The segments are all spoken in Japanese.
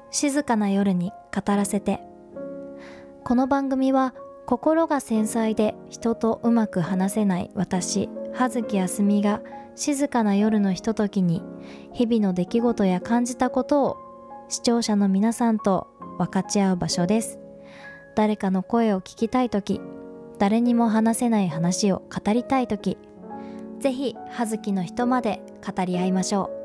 静かな夜に語らせて。この番組は心が繊細で人とうまく話せない私、葉月あすみが静かな夜のひとときに日々の出来事や感じたことを視聴者の皆さんと分かち合う場所です。誰かの声を聞きたいとき、誰にも話せない話を語りたいとき、ぜひ葉月の人まで語り合いましょう。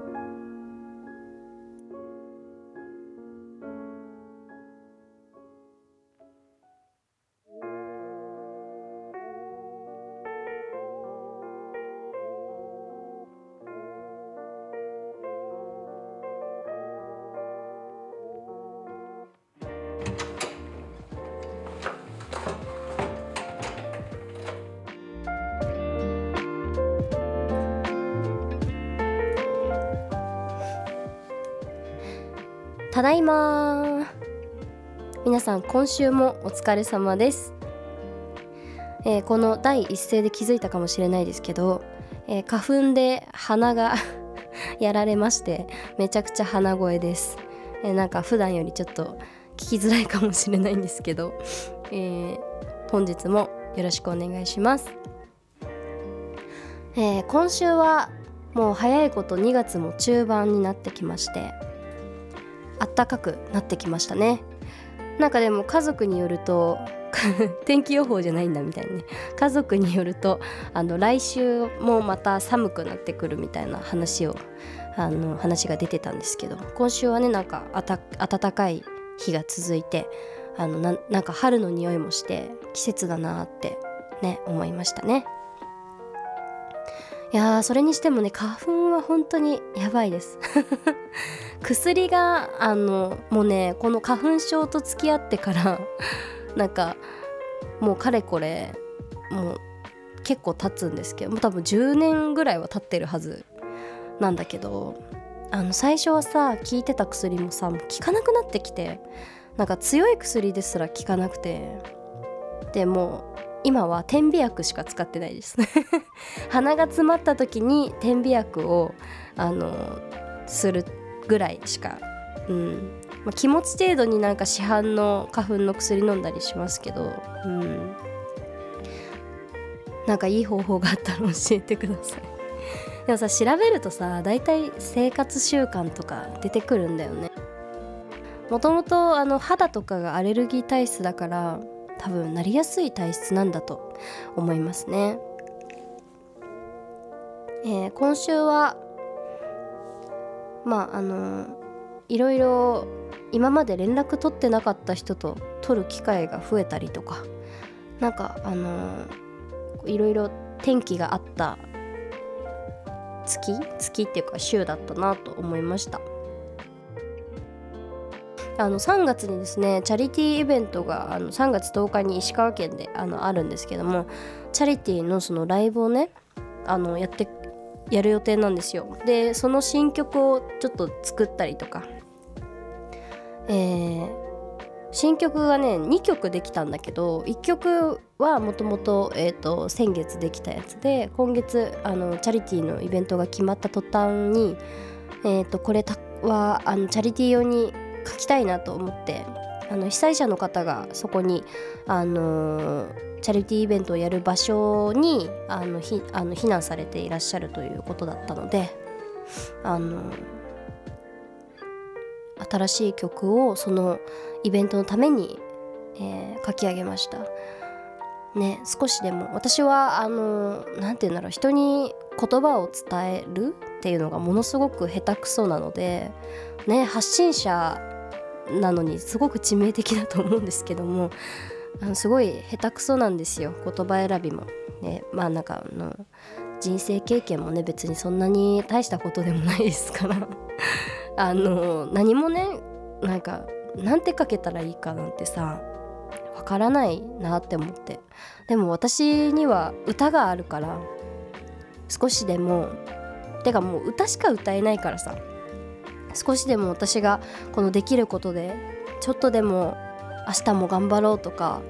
ただいま。皆さん今週もお疲れ様です。この第一声で気づいたかもしれないですけど、花粉で鼻がやられましてめちゃくちゃ鼻声です。なんか普段よりちょっと聞きづらいかもしれないんですけど、本日もよろしくお願いします。今週はもう早いこと2月も中盤になってきまして、暖かくなってきましたね。なんかでも家族によると天気予報じゃないんだみたいなね、家族によると来週もまた寒くなってくるみたいな話が出てたんですけど、今週はねなんか暖かい日が続いてなんか春の匂いもして季節だなってね思いましたね。いやー、それにしてもね花粉は本当にやばいです薬がもうねこの花粉症と付き合ってからなんかもうかれこれもう結構経つんですけど、もう多分10年ぐらいは経ってるはずなんだけど、最初はさ効いてた薬もさもう効かなくなってきて、なんか強い薬ですら効かなくて、でもう今は点鼻薬しか使ってないです鼻が詰まった時に点鼻薬をするぐらいしか、気持ち程度になんか市販の花粉の薬飲んだりしますけど、なんかいい方法があったら教えてくださいでもさ調べるとさだいたい生活習慣とか出てくるんだよね。もともと肌とかがアレルギー体質だから多分なりやすい体質なんだと思いますね。今週はいろいろ今まで連絡取ってなかった人と取る機会が増えたりとか、なんかいろいろ転機があった月っていうか週だったなと思いました。3月にですねチャリティーイベントが3月10日に石川県であるんですけども、チャリティーのそのライブをねやる予定なんですよ。でその新曲をちょっと作ったりとか、新曲がね2曲できたんだけど、1曲はもともと先月できたやつで、今月チャリティーのイベントが決まった途端にこれはチャリティー用に書きたいなと思って、被災者の方がそこにチャリティーイベントをやる場所に避難されていらっしゃるということだったので、新しい曲をそのイベントのために、書き上げましたね。少しでも私はなんていうんだろう、人に言葉を伝えるっていうのがものすごく下手くそなのでね、発信者なのにすごく致命的だと思うんですけども、すごい下手くそなんですよ、言葉選びもね。なんか人生経験もね別にそんなに大したことでもないですから何もねなんて書けたらいいかなんてさわからないなって思って、でも私には歌があるから、少しでももう歌しか歌えないからさ、少しでも私がこのできることでちょっとでも明日も頑張ろうとか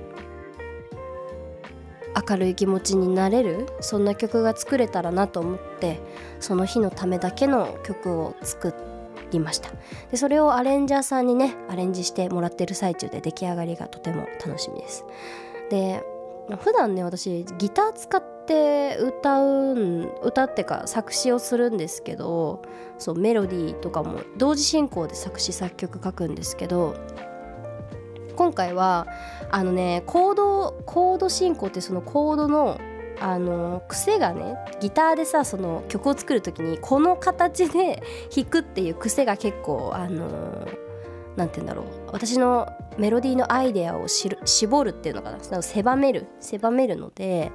明るい気持ちになれる、そんな曲が作れたらなと思って、その日のためだけの曲を作っりました。でそれをアレンジャーさんにねアレンジしてもらってる最中で出来上がりがとても楽しみです。で普段ね私ギター使って歌ってか作詞をするんですけど、そうメロディーとかも同時進行で作詞作曲書くんですけど、今回はコード進行ってそのコードの癖がね、ギターでさその曲を作る時にこの形で弾くっていう癖が結構なんて言うんだろう、私のメロディーのアイデアを絞るっていうのかな、狭めるので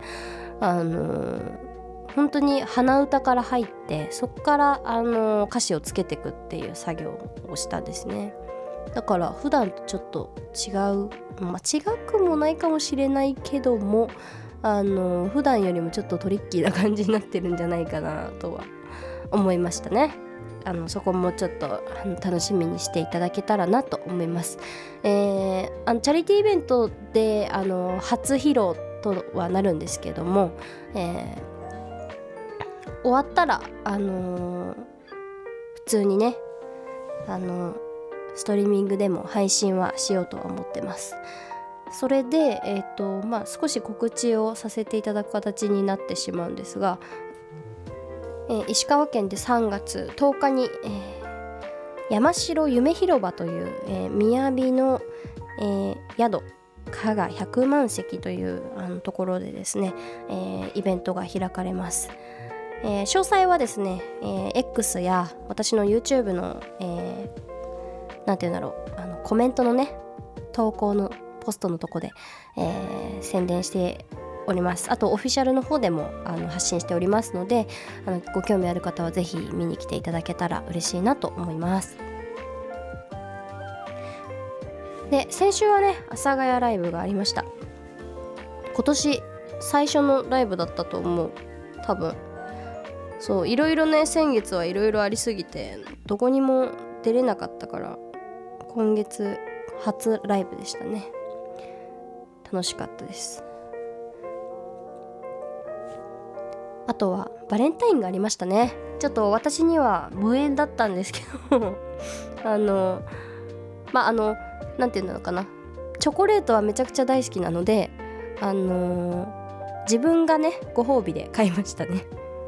本当に鼻歌から入ってそこから歌詞をつけていくっていう作業をしたんですね。だから普段とちょっと違くもないかもしれないけども普段よりもちょっとトリッキーな感じになってるんじゃないかなとは思いましたね。そこもちょっと楽しみにしていただけたらなと思います。チャリティーイベントで初披露とはなるんですけども、終わったら普通にねストリーミングでも配信はしようとは思ってます。それで、少し告知をさせていただく形になってしまうんですが、石川県で3月10日に、山城夢広場という、雅の、宿加賀100万席というところでですね、イベントが開かれます。詳細はですね、X や私の YouTube の、なんていうんだろうコメントのね投稿のポストのとこで、宣伝しております。あとオフィシャルの方でも発信しておりますのでご興味ある方はぜひ見に来ていただけたら嬉しいなと思います。で先週はね阿佐ヶ谷ライブがありました。今年最初のライブだったと思う、多分。そういろいろね先月はいろいろありすぎてどこにも出れなかったから今月初ライブでしたね。楽しかったです。あとはバレンタインがありましたね。ちょっと私には無縁だったんですけどなんていうのかな、チョコレートはめちゃくちゃ大好きなので自分がねご褒美で買いましたね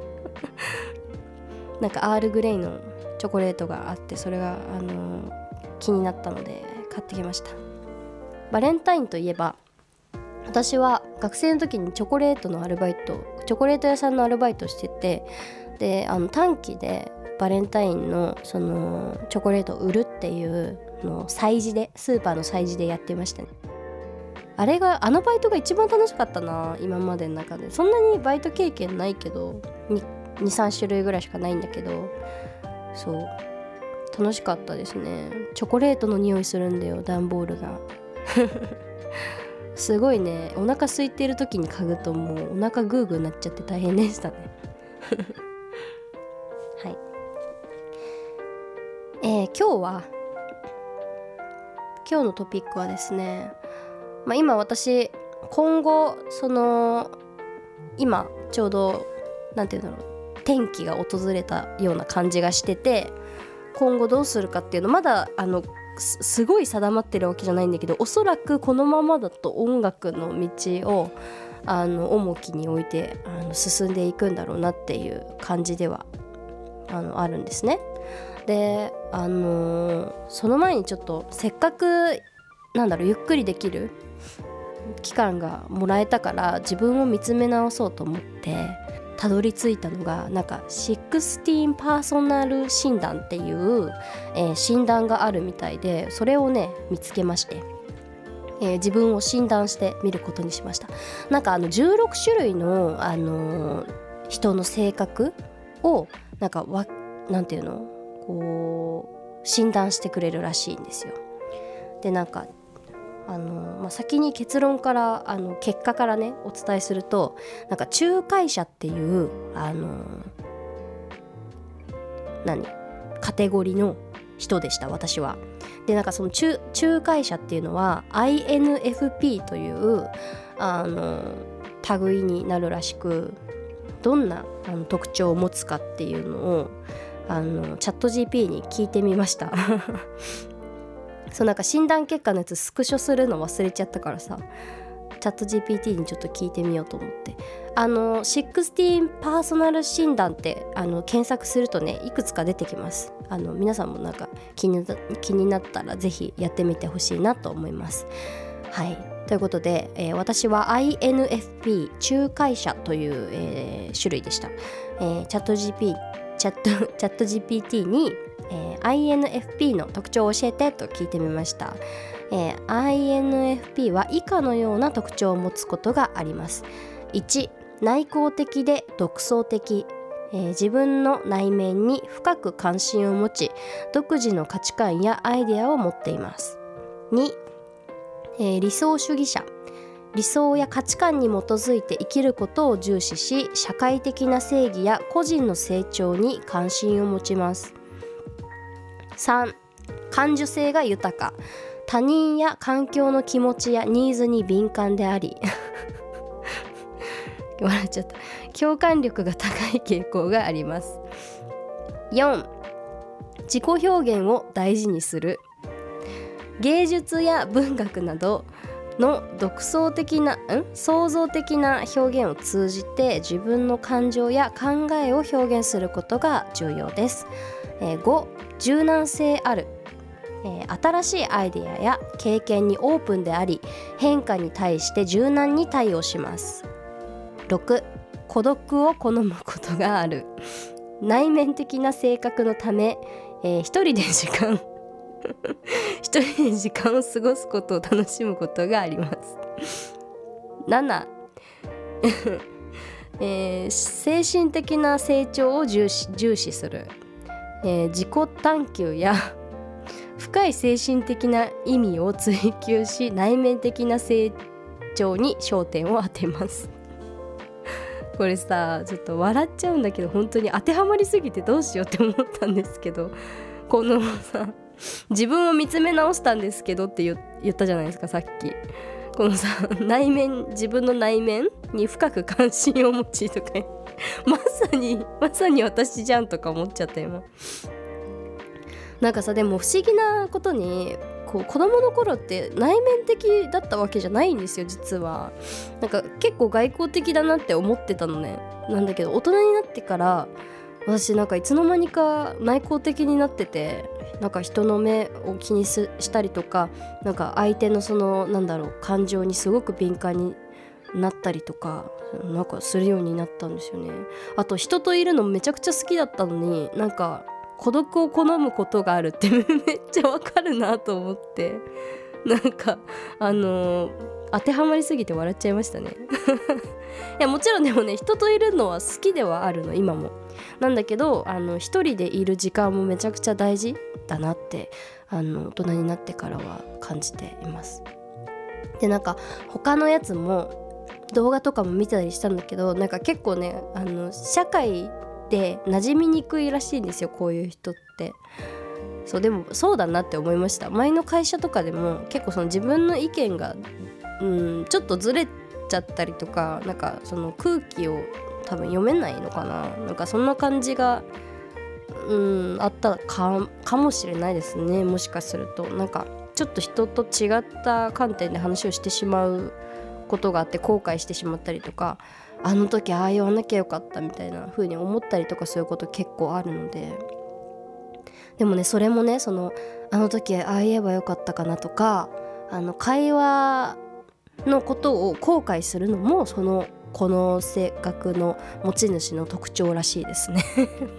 なんかアールグレイのチョコレートがあってそれが気になったので買ってきました。バレンタインといえば私は学生の時にチョコレート屋さんのアルバイトしてて、で短期でバレンタインのそのチョコレートを売るっていうのをスーパーの催事でやってましたね。あのバイトが一番楽しかったな、今までの中で。そんなにバイト経験ないけど 2,3 種類ぐらいしかないんだけど、そう楽しかったですね。チョコレートの匂いするんだよ、段ボールがすごいね、お腹空いてる時に嗅ぐともうお腹グーグーになっちゃって大変でしたねはい、今日のトピックはですね、今私今後今ちょうどなんていうんだろう、転機が訪れたような感じがしてて、今後どうするかっていうのまだすごい定まってるわけじゃないんだけど、おそらくこのままだと音楽の道を重きに置いて進んでいくんだろうなっていう感じではあるんですね。でその前にちょっとせっかくゆっくりできる期間がもらえたから自分を見つめ直そうと思ってたどり着いたのが16パーソナル診断っていう、診断があるみたいで、それをね見つけまして、自分を診断してみることにしました。16種類の、人の性格をなんていうの診断してくれるらしいんですよ。で先に結論から結果からねお伝えすると、仲介者っていうカテゴリーの人でした、私は。でその仲介者っていうのは INFP という類になるらしく、どんな特徴を持つかっていうのをチャット GP に聞いてみましたそうなんか診断結果のやつスクショするの忘れちゃったからさ、チャット GPT にちょっと聞いてみようと思って、16パーソナル診断って検索するとねいくつか出てきます。皆さんもなんか気になったらぜひやってみてほしいなと思います。はい、ということで、私は INFP 仲介者という、種類でした。チャット GPT に、INFP の特徴を教えてと聞いてみました。INFP は以下のような特徴を持つことがあります。1、内向的で独創的、自分の内面に深く関心を持ち、独自の価値観やアイデアを持っています。2、理想主義者、理想や価値観に基づいて生きることを重視し、社会的な正義や個人の成長に関心を持ちます。3、感受性が豊か、他人や環境の気持ちやニーズに敏感であり笑っちゃった。共感力が高い傾向があります。4、自己表現を大事にする、芸術や文学などの創造的な表現を通じて自分の感情や考えを表現することが重要です。5、柔軟性ある、新しいアイデアや経験にオープンであり、変化に対して柔軟に対応します。6、孤独を好むことがある、内面的な性格のため、一人で時間を過ごすことを楽しむことがあります。7、精神的な成長を重視する、自己探求や深い精神的な意味を追求し、内面的な成長に焦点を当てます。これさちょっと笑っちゃうんだけど、本当に当てはまりすぎてどうしようって思ったんですけど、このさ自分を見つめ直したんですけどって言ったじゃないですかさっき。このさ自分の内面に深く関心を持ちとかまさに私じゃんとか思っちゃった今。なんかさ、でも不思議なことに子供の頃って内面的だったわけじゃないんですよ実は。なんか結構外交的だなって思ってたのね。なんだけど大人になってから私なんかいつの間にか内向的になってて、なんか人の目を気にしたりとか、なんか相手の感情にすごく敏感になったりとかなんかするようになったんですよね。あと人といるのめちゃくちゃ好きだったのに、なんか孤独を好むことがあるってめっちゃわかるなと思って、なんか当てはまりすぎて笑っちゃいましたねいやもちろんでもね、人といるのは好きではあるの今もなんだけど、一人でいる時間もめちゃくちゃ大事だなって大人になってからは感じています。でなんか他のやつも動画とかも見てたりしたんだけど、なんか結構ね社会で馴染みにくいらしいんですよこういう人って。そうでもそうだなって思いました。前の会社とかでも結構その自分の意見がちょっとずれちゃったりとか、なんかその空気を多分読めないのかな、なんかそんな感じがあったかもしれないですね。もしかするとなんかちょっと人と違った観点で話をしてしまうことがあって後悔してしまったりとか、あの時ああ言わなきゃよかったみたいな風に思ったりとかそういうこと結構あるので。でもねそれもねあの時ああ言えばよかったかなとか、会話のことを後悔するのもこの性格の持ち主の特徴らしいですね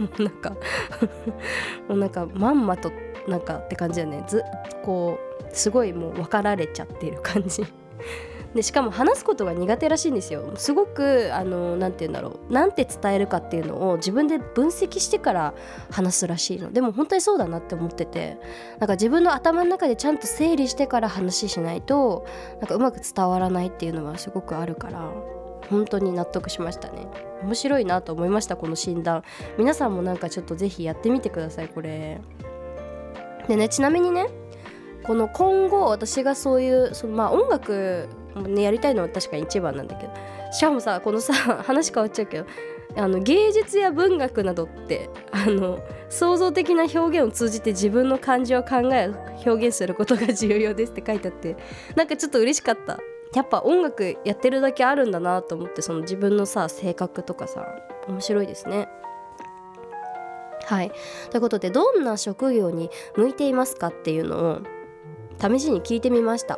もうなんかまんまとなんかって感じだよね。すごいもう分かられちゃっている感じで、しかも話すことが苦手らしいんですよ。すごくなんて言うんだろう、なんて伝えるかっていうのを自分で分析してから話すらしいの。でも本当にそうだなって思ってて、なんか自分の頭の中でちゃんと整理してから話しないとなんかうまく伝わらないっていうのはすごくあるから、本当に納得しましたね。面白いなと思いましたこの診断。皆さんもなんかちょっとぜひやってみてくださいこれでね。ちなみにねこの今後私がそういう音楽ねやりたいのは確かに一番なんだけど、しかもさこのさ話変わっちゃうけど芸術や文学などって創造的な表現を通じて自分の感情を考え表現することが重要ですって書いてあって、なんかちょっと嬉しかった。やっぱ音楽やってるだけあるんだなと思って、その自分のさ性格とかさ面白いですね。はい、ということでどんな職業に向いていますかっていうのを試しに聞いてみました。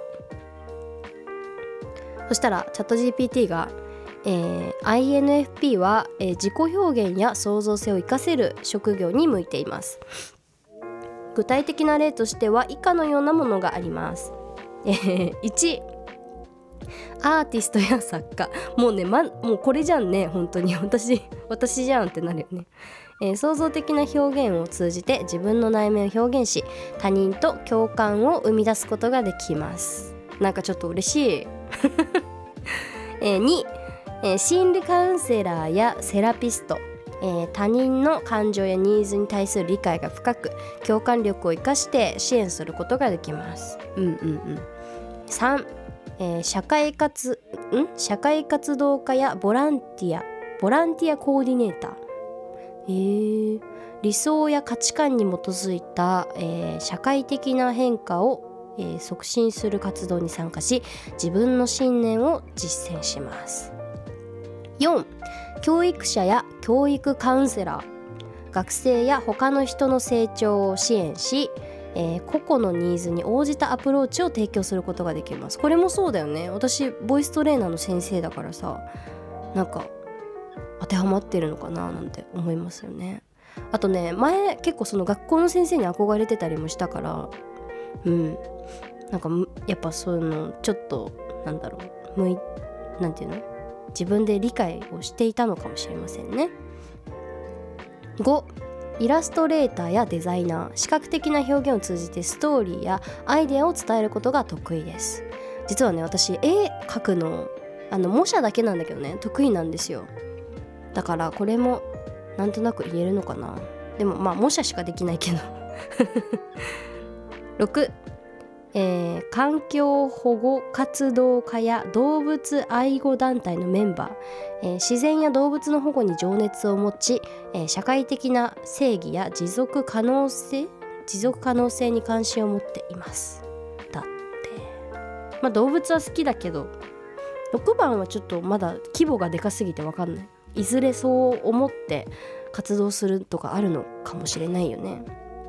そしたらチャット GPT が、INFP は、自己表現や創造性を生かせる職業に向いています。具体的な例としては以下のようなものがあります。1、アーティストや作家。もうね、もうこれじゃんね、本当に私じゃんってなるよね。創造的な表現を通じて自分の内面を表現し、他人と共感を生み出すことができます。なんかちょっと嬉しい。2、心理カウンセラーやセラピスト。他人の感情やニーズに対する理解が深く、共感力を生かして支援することができます。3、社会活動家やボランティアコーディネーター。理想や価値観に基づいた、社会的な変化を、促進する活動に参加し、自分の信念を実践します。4、教育者や教育カウンセラー。学生や他の人の成長を支援し、個々のニーズに応じたアプローチを提供することができます。これもそうだよね。私ボイストレーナーの先生だからさ、なんか当てはまってるのかななんて思いますよね。あとね、前結構その学校の先生に憧れてたりもしたから、なんかやっぱそういうのちょっとなんていうの、自分で理解をしていたのかもしれませんね。5、イラストレーターやデザイナー。視覚的な表現を通じてストーリーやアイデアを伝えることが得意です。実はね、私絵描くの模写だけなんだけどね、得意なんですよ。だからこれもなんとなく言えるのかな。でも模写しかできないけど。6、環境保護活動家や動物愛護団体のメンバー。自然や動物の保護に情熱を持ち、社会的な正義や持続可能性に関心を持っています。だって、動物は好きだけど、6番はちょっとまだ規模がでかすぎて分かんない。いずれそう思って活動するとかあるのかもしれないよね。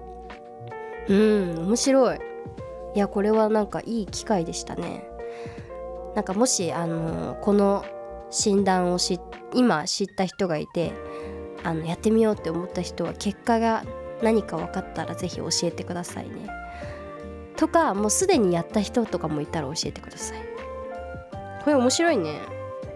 面白い。いや、これはなんかいい機会でしたね。なんかもしこの診断を今知った人がいて、やってみようって思った人は結果が何か分かったらぜひ教えてくださいね。とか、もうすでにやった人とかもいたら教えてください。これ面白いね。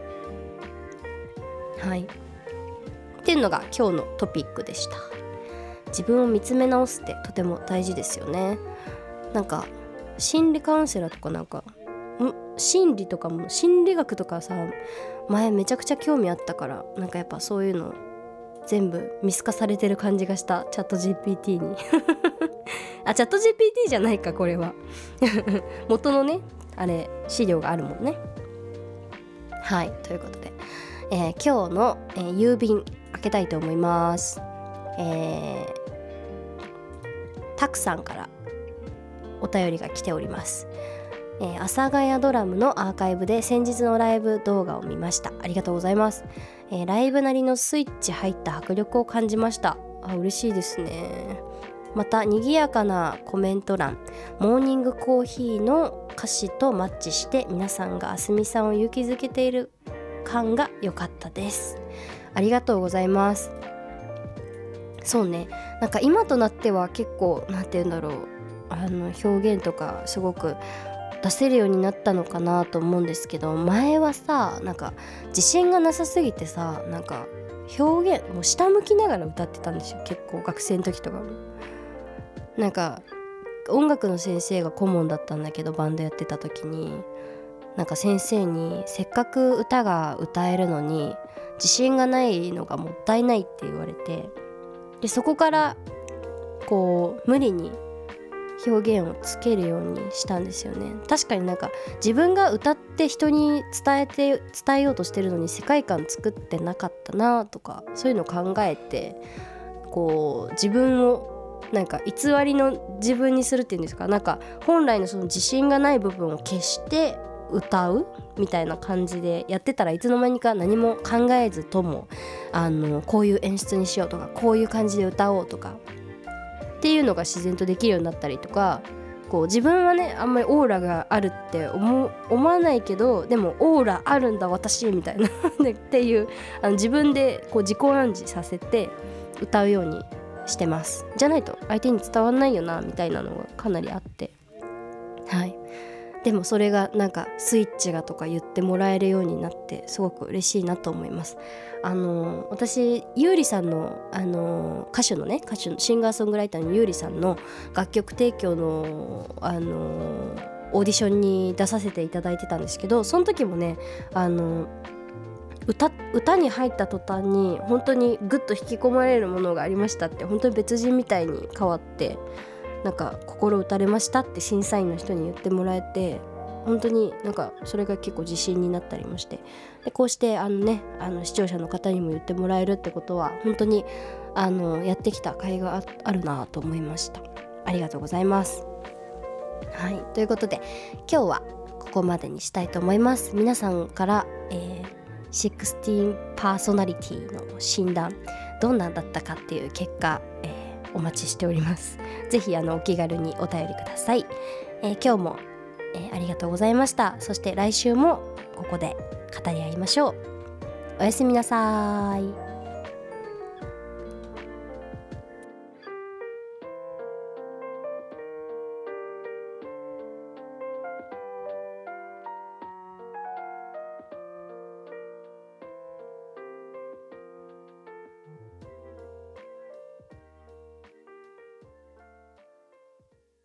はい、っていうのが今日のトピックでした。自分を見つめ直すってとても大事ですよね。なんか心理カウンセラーとか、なんか心理とかも心理学とかさ、前めちゃくちゃ興味あったから、なんかやっぱそういうの全部見透かされてる感じがした、チャット GPT に。チャット GPT じゃないか、これは。元のね、資料があるもんね。はい、ということで、今日の、郵便開けたいと思います。たくさんからお便りが来ております。阿佐ヶ谷ドラムのアーカイブで先日のライブ動画を見ました。ありがとうございます。ライブなりのスイッチ入った迫力を感じました。嬉しいですね。また賑やかなコメント欄、モーニングコーヒーの歌詞とマッチして皆さんがあすみさんを勇気づけている感が良かったです。ありがとうございます。そうね、なんか今となっては結構なんて言うんだろう、表現とかすごく出せるようになったのかなと思うんですけど、前はさ、なんか自信がなさすぎてさ、なんか表現もう下向きながら歌ってたんですよ。結構学生の時とかも、なんか音楽の先生が顧問だったんだけど、バンドやってた時になんか先生に、せっかく歌が歌えるのに自信がないのがもったいないって言われて、でそこからこう無理に表現をつけるようにしたんですよね。確かになんか自分が歌って人に伝えようとしてるのに世界観作ってなかったなとか、そういうのを考えて、こう自分をなんか偽りの自分にするっていうんですか、なんか本来のその自信がない部分を消して歌うみたいな感じでやってたら、いつの間にか何も考えずともこういう演出にしようとか、こういう感じで歌おうとかっていうのが自然とできるようになったりとか、こう自分はねあんまりオーラがあるって思わないけど、でもオーラあるんだ私みたいなっていう自分でこう自己暗示させて歌うようにしてます。じゃないと相手に伝わんないよなみたいなのがかなりあって、はい。でもそれがなんかスイッチがとか言ってもらえるようになってすごく嬉しいなと思います。私優里さんの、歌手のシンガーソングライターの優里さんの楽曲提供の、オーディションに出させていただいてたんですけど、その時もね歌に入った途端に本当にグッと引き込まれるものがありましたって、本当に別人みたいに変わって、なんか心打たれましたって審査員の人に言ってもらえて、本当になんかそれが結構自信になったりもして、でこうして視聴者の方にも言ってもらえるってことは本当にやってきた甲斐があるなと思いました。ありがとうございます。はい、ということで今日はここまでにしたいと思います。皆さんから、16パーソナリティの診断どんなんだったかっていう結果、お待ちしております。ぜひお気軽にお便りください。今日も、ありがとうございました。そして来週もここで語り合いましょう。おやすみなさい。